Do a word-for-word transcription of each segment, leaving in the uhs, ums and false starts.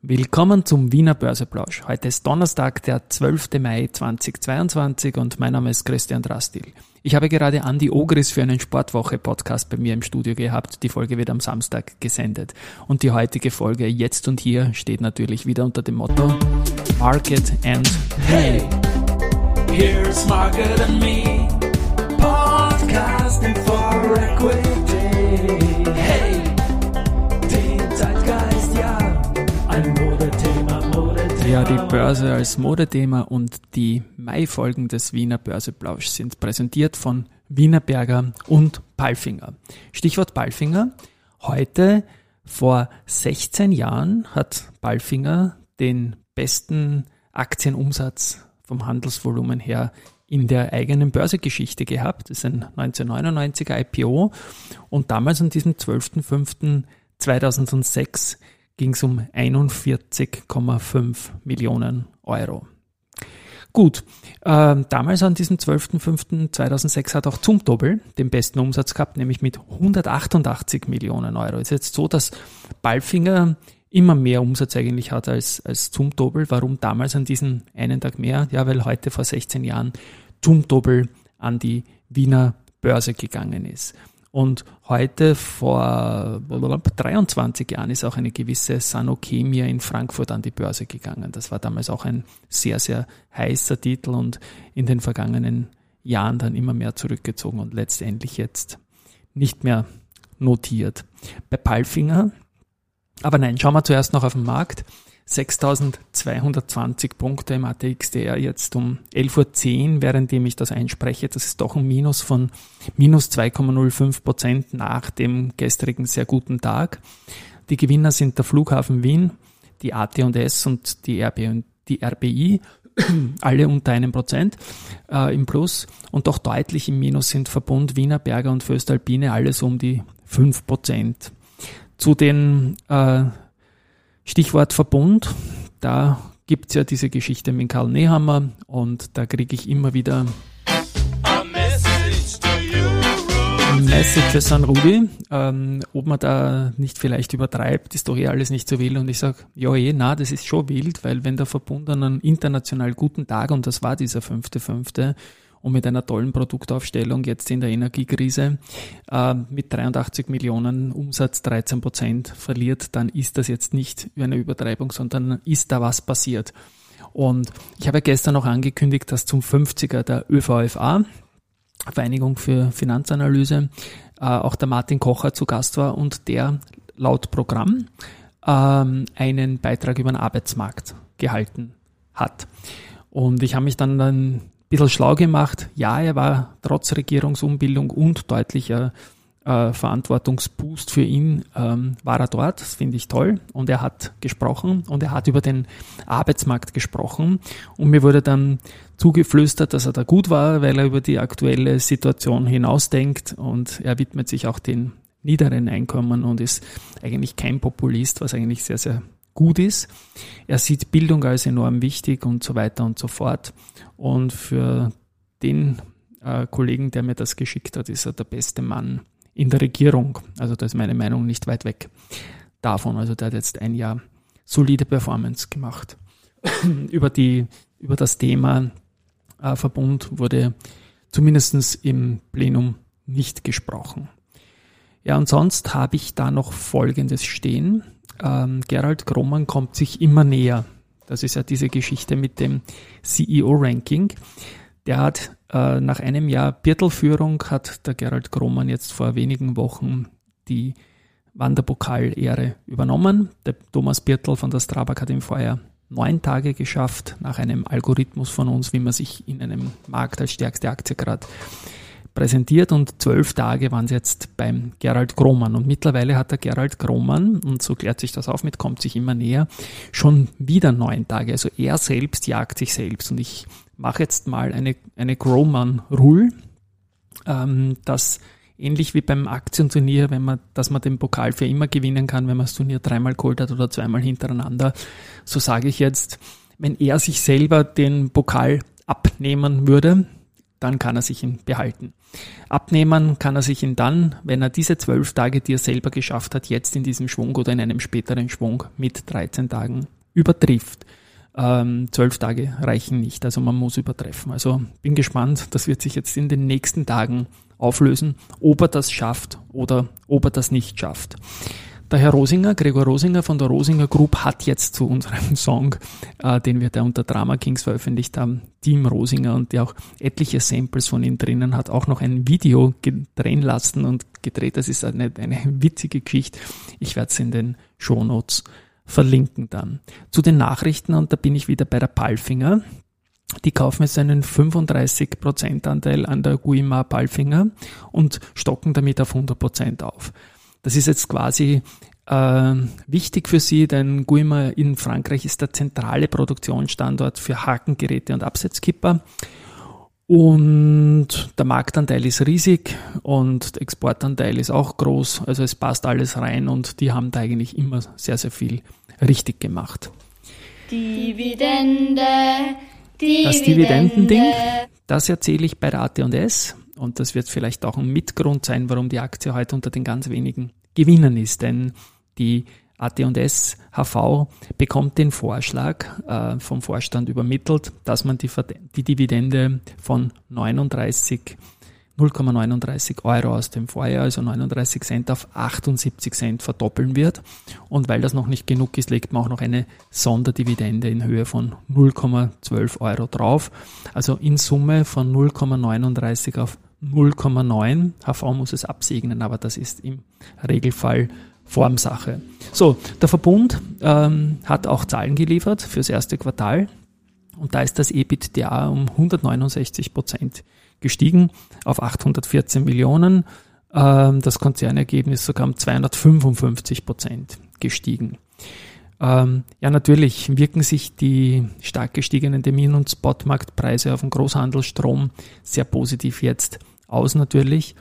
Willkommen zum Wiener Börseplausch. Heute ist Donnerstag, der zwölfter Mai zweitausendzweiundzwanzig und mein Name ist Christian Drastil. Ich habe gerade Andi Ogris für einen Sportwoche-Podcast bei mir im Studio gehabt. Die Folge wird am Samstag gesendet. Und die heutige Folge Jetzt und Hier steht natürlich wieder unter dem Motto Market and Hey, here's Market and Me, podcasting for equity. Hey, den Zeitgeist, ja, ein Modethema, Modethema. Ja, die Börse als Modethema und die Mai-Folgen des Wiener Börseplausch sind präsentiert von Wienerberger und Palfinger. Stichwort Palfinger. Heute vor sechzehn Jahren hat Palfinger den besten Aktienumsatz vom Handelsvolumen her in der eigenen Börsegeschichte gehabt. Das ist ein neunzehnhundertneunundneunziger I P O und damals an diesem zwölfter fünfter zweitausendsechs ging es um einundvierzig Komma fünf Millionen Euro. Gut, äh, damals an diesem zwölfter fünfter zweitausendsechs hat auch Zumtobel den besten Umsatz gehabt, nämlich mit hundertachtundachtzig Millionen Euro. Es ist jetzt so, dass Palfinger immer mehr Umsatz eigentlich hat als, als Zumtobel. Warum damals an diesem einen Tag mehr? Ja, weil heute vor sechzehn Jahren Zumtobel an die Wiener Börse gegangen ist. Und heute vor dreiundzwanzig Jahren ist auch eine gewisse Sanochemia in Frankfurt an die Börse gegangen. Das war damals auch ein sehr, sehr heißer Titel und in den vergangenen Jahren dann immer mehr zurückgezogen und letztendlich jetzt nicht mehr notiert. Bei Palfinger, aber nein, schauen wir zuerst noch auf den Markt. sechstausendzweihundertzwanzig Punkte im A T X D R jetzt um elf Uhr zehn, währenddem ich das einspreche. Das ist doch ein Minus von minus zwei Komma null fünf Prozent nach dem gestrigen sehr guten Tag. Die Gewinner sind der Flughafen Wien, die A T und S und die R B und die R B I, alle unter einem Prozent äh, im Plus. Und doch deutlich im Minus sind Verbund, Wienerberger und Voestalpine, alles um die fünf Prozent. Zu den äh, Stichwort Verbund, da gibt's ja diese Geschichte mit Karl Nehammer und da kriege ich immer wieder Messages an Rudi, ähm, ob man da nicht vielleicht übertreibt, ist doch eh alles nicht so wild und ich sage, ja eh, na, das ist schon wild, weil wenn der Verbund an einem international guten Tag, und das war dieser fünfter fünfter und mit einer tollen Produktaufstellung jetzt in der Energiekrise äh, mit dreiundachtzig Millionen Umsatz dreizehn Prozent verliert, dann ist das jetzt nicht eine Übertreibung, sondern ist da was passiert. Und ich habe gestern noch angekündigt, dass zum fünfziger der Ö V F A, Vereinigung für Finanzanalyse, äh, auch der Martin Kocher zu Gast war und der laut Programm äh, einen Beitrag über den Arbeitsmarkt gehalten hat. Und ich habe mich dann dann bisschen schlau gemacht. Ja, er war trotz Regierungsumbildung und deutlicher äh, Verantwortungsboost für ihn, ähm, war er dort. Das finde ich toll. Und er hat gesprochen und er hat über den Arbeitsmarkt gesprochen. Und mir wurde dann zugeflüstert, dass er da gut war, weil er über die aktuelle Situation hinausdenkt und er widmet sich auch den niederen Einkommen und ist eigentlich kein Populist, was eigentlich sehr, sehr gut ist. Er sieht Bildung als enorm wichtig und so weiter und so fort. Und für den äh, Kollegen, der mir das geschickt hat, ist er der beste Mann in der Regierung. Also da ist meine Meinung nicht weit weg davon. Also der hat jetzt ein Jahr solide Performance gemacht. über die, über das Thema äh, Verbund wurde zumindest im Plenum nicht gesprochen. Ja, und sonst habe ich da noch Folgendes stehen. Ähm, Gerald Grohmann kommt sich immer näher. Das ist ja diese Geschichte mit dem C E O-Ranking. Der hat äh, nach einem Jahr Birtel-Führung hat der Gerald Grohmann jetzt vor wenigen Wochen die Wanderpokal-Ehre übernommen. Der Thomas Birtel von der Strabag hat im Vorjahr neun Tage geschafft, nach einem Algorithmus von uns, wie man sich in einem Markt als stärkste Aktie gerade präsentiert, und zwölf Tage waren es jetzt beim Gerald Grohmann. Und mittlerweile hat der Gerald Grohmann, und so klärt sich das auf mit, kommt sich immer näher, schon wieder neun Tage. Also er selbst jagt sich selbst. Und ich mache jetzt mal eine, eine Grohmann-Rule, ähm, dass ähnlich wie beim Aktienturnier, wenn man, dass man den Pokal für immer gewinnen kann, wenn man das Turnier dreimal geholt hat oder zweimal hintereinander, so sage ich jetzt, wenn er sich selber den Pokal abnehmen würde, dann kann er sich ihn behalten. Abnehmen kann er sich ihn dann, wenn er diese zwölf Tage, die er selber geschafft hat, jetzt in diesem Schwung oder in einem späteren Schwung mit dreizehn Tagen übertrifft. Ähm, zwölf Tage reichen nicht, also man muss übertreffen. Also bin gespannt, das wird sich jetzt in den nächsten Tagen auflösen, ob er das schafft oder ob er das nicht schafft. Der Herr Rosinger, Gregor Rosinger von der Rosinger Group, hat jetzt zu unserem Song, äh, den wir da unter Drama Kings veröffentlicht haben, Team Rosinger, und der auch etliche Samples von ihm drinnen hat, auch noch ein Video drehen lassen und gedreht. Das ist eine, eine witzige Geschichte. Ich werde es in den Shownotes verlinken dann. Zu den Nachrichten, und da bin ich wieder bei der Palfinger. Die kaufen jetzt einen fünfunddreißig Prozent Anteil an der Guimar Palfinger und stocken damit auf hundert Prozent auf. Das ist jetzt quasi äh, wichtig für sie, denn Guimar in Frankreich ist der zentrale Produktionsstandort für Hakengeräte und Absetzkipper. Und der Marktanteil ist riesig und der Exportanteil ist auch groß. Also es passt alles rein und die haben da eigentlich immer sehr, sehr viel richtig gemacht. Dividende, Dividende. Das Dividendending, das erzähle ich bei der A T und S. Und das wird vielleicht auch ein Mitgrund sein, warum die Aktie heute unter den ganz wenigen Gewinnern ist. Denn die A T und S H V bekommt den Vorschlag äh, vom Vorstand übermittelt, dass man die, die Dividende von neununddreißig, null Komma neununddreißig Euro aus dem Vorjahr, also neununddreißig Cent, auf achtundsiebzig Cent verdoppeln wird. Und weil das noch nicht genug ist, legt man auch noch eine Sonderdividende in Höhe von null Komma zwölf Euro drauf. Also in Summe von null Komma neununddreißig auf null Komma neun. H V muss es absegnen, aber das ist im Regelfall Formsache. So, der Verbund ähm, hat auch Zahlen geliefert fürs erste Quartal und da ist das EBITDA um hundertneunundsechzig Prozent gestiegen auf achthundertvierzehn Millionen. Ähm, das Konzernergebnis sogar um zweihundertfünfundfünfzig Prozent gestiegen. Ähm, ja, natürlich wirken sich die stark gestiegenen Termin- und Spotmarktpreise auf den Großhandelsstrom sehr positiv jetzt aus natürlich.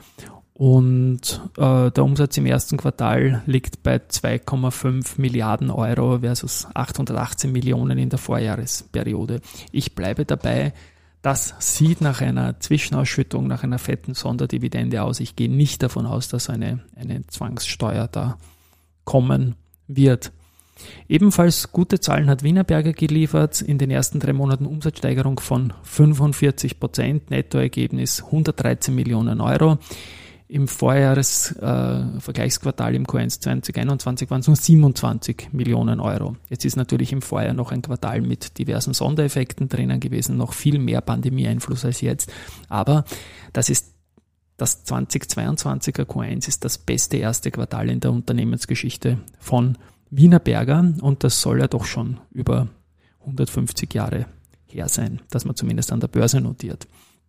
Und äh, der Umsatz im ersten Quartal liegt bei zwei Komma fünf Milliarden Euro versus achthundertachtzehn Millionen in der Vorjahresperiode. Ich bleibe dabei, das sieht nach einer Zwischenausschüttung, nach einer fetten Sonderdividende aus. Ich gehe nicht davon aus, dass eine, eine Zwangssteuer da kommen wird. Ebenfalls gute Zahlen hat Wienerberger geliefert. In den ersten drei Monaten Umsatzsteigerung von fünfundvierzig Prozent, Nettoergebnis hundertdreizehn Millionen Euro. Im Vorjahresvergleichsquartal äh, im Q eins zwanzig einundzwanzig waren es nur siebenundzwanzig Millionen Euro. Jetzt ist natürlich im Vorjahr noch ein Quartal mit diversen Sondereffekten drinnen gewesen, noch viel mehr Pandemieeinfluss als jetzt. Aber das ist das zweitausendzweiundzwanziger Q eins ist das beste erste Quartal in der Unternehmensgeschichte von Wienerberger und das soll ja doch schon über hundertfünfzig Jahre her sein, dass man zumindest an der Börse notiert.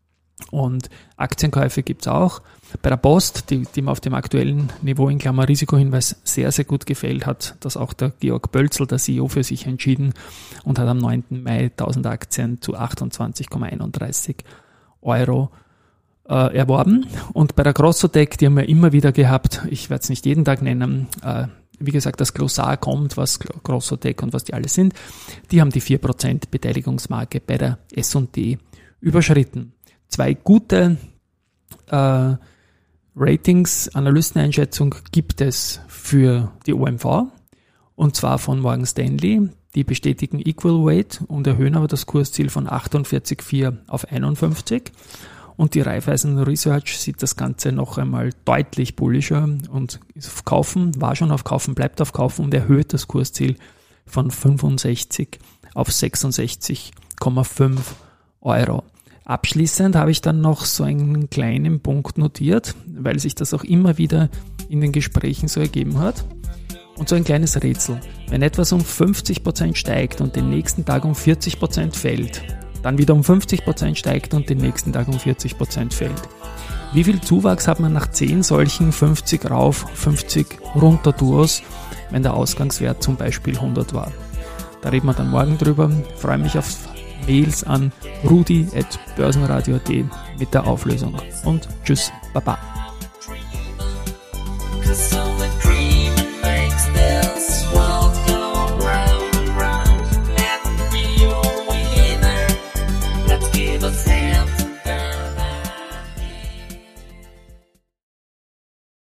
Und Aktienkäufe gibt's auch. Bei der Post, die, die mir auf dem aktuellen Niveau in Klammer Risikohinweis sehr, sehr gut gefällt, hat das auch der Georg Bölzl, der C E O, für sich entschieden und hat am neunten Mai tausend Aktien zu achtundzwanzig Komma einunddreißig Euro äh, erworben. Und bei der Grossotec, die haben wir immer wieder gehabt, ich werde es nicht jeden Tag nennen, äh, wie gesagt, das Glossar kommt, was Grossotec und was die alle sind, die haben die vier Prozent Beteiligungsmarke bei der S und T überschritten. Zwei gute äh, Ratings, Analysteneinschätzung gibt es für die O M V und zwar von Morgan Stanley. Die bestätigen Equal Weight und erhöhen aber das Kursziel von achtundvierzig Komma vier auf einundfünfzig. Und die Raiffeisen Research sieht das Ganze noch einmal deutlich bullischer und ist auf Kaufen, war schon auf Kaufen, bleibt auf Kaufen und erhöht das Kursziel von fünfundsechzig auf sechsundsechzig Komma fünf Euro. Abschließend habe ich dann noch so einen kleinen Punkt notiert, weil sich das auch immer wieder in den Gesprächen so ergeben hat. Und so ein kleines Rätsel. Wenn etwas um fünfzig Prozent steigt und den nächsten Tag um vierzig Prozent fällt, dann wieder um fünfzig Prozent steigt und den nächsten Tag um vierzig Prozent fällt. Wie viel Zuwachs hat man nach zehn solchen fünfzig rauf, fünfzig runter Duos, wenn der Ausgangswert zum Beispiel hundert war? Da reden wir dann morgen drüber. Ich freue mich auf Mails an rudi at börsenradio punkt at mit der Auflösung. Und tschüss, baba.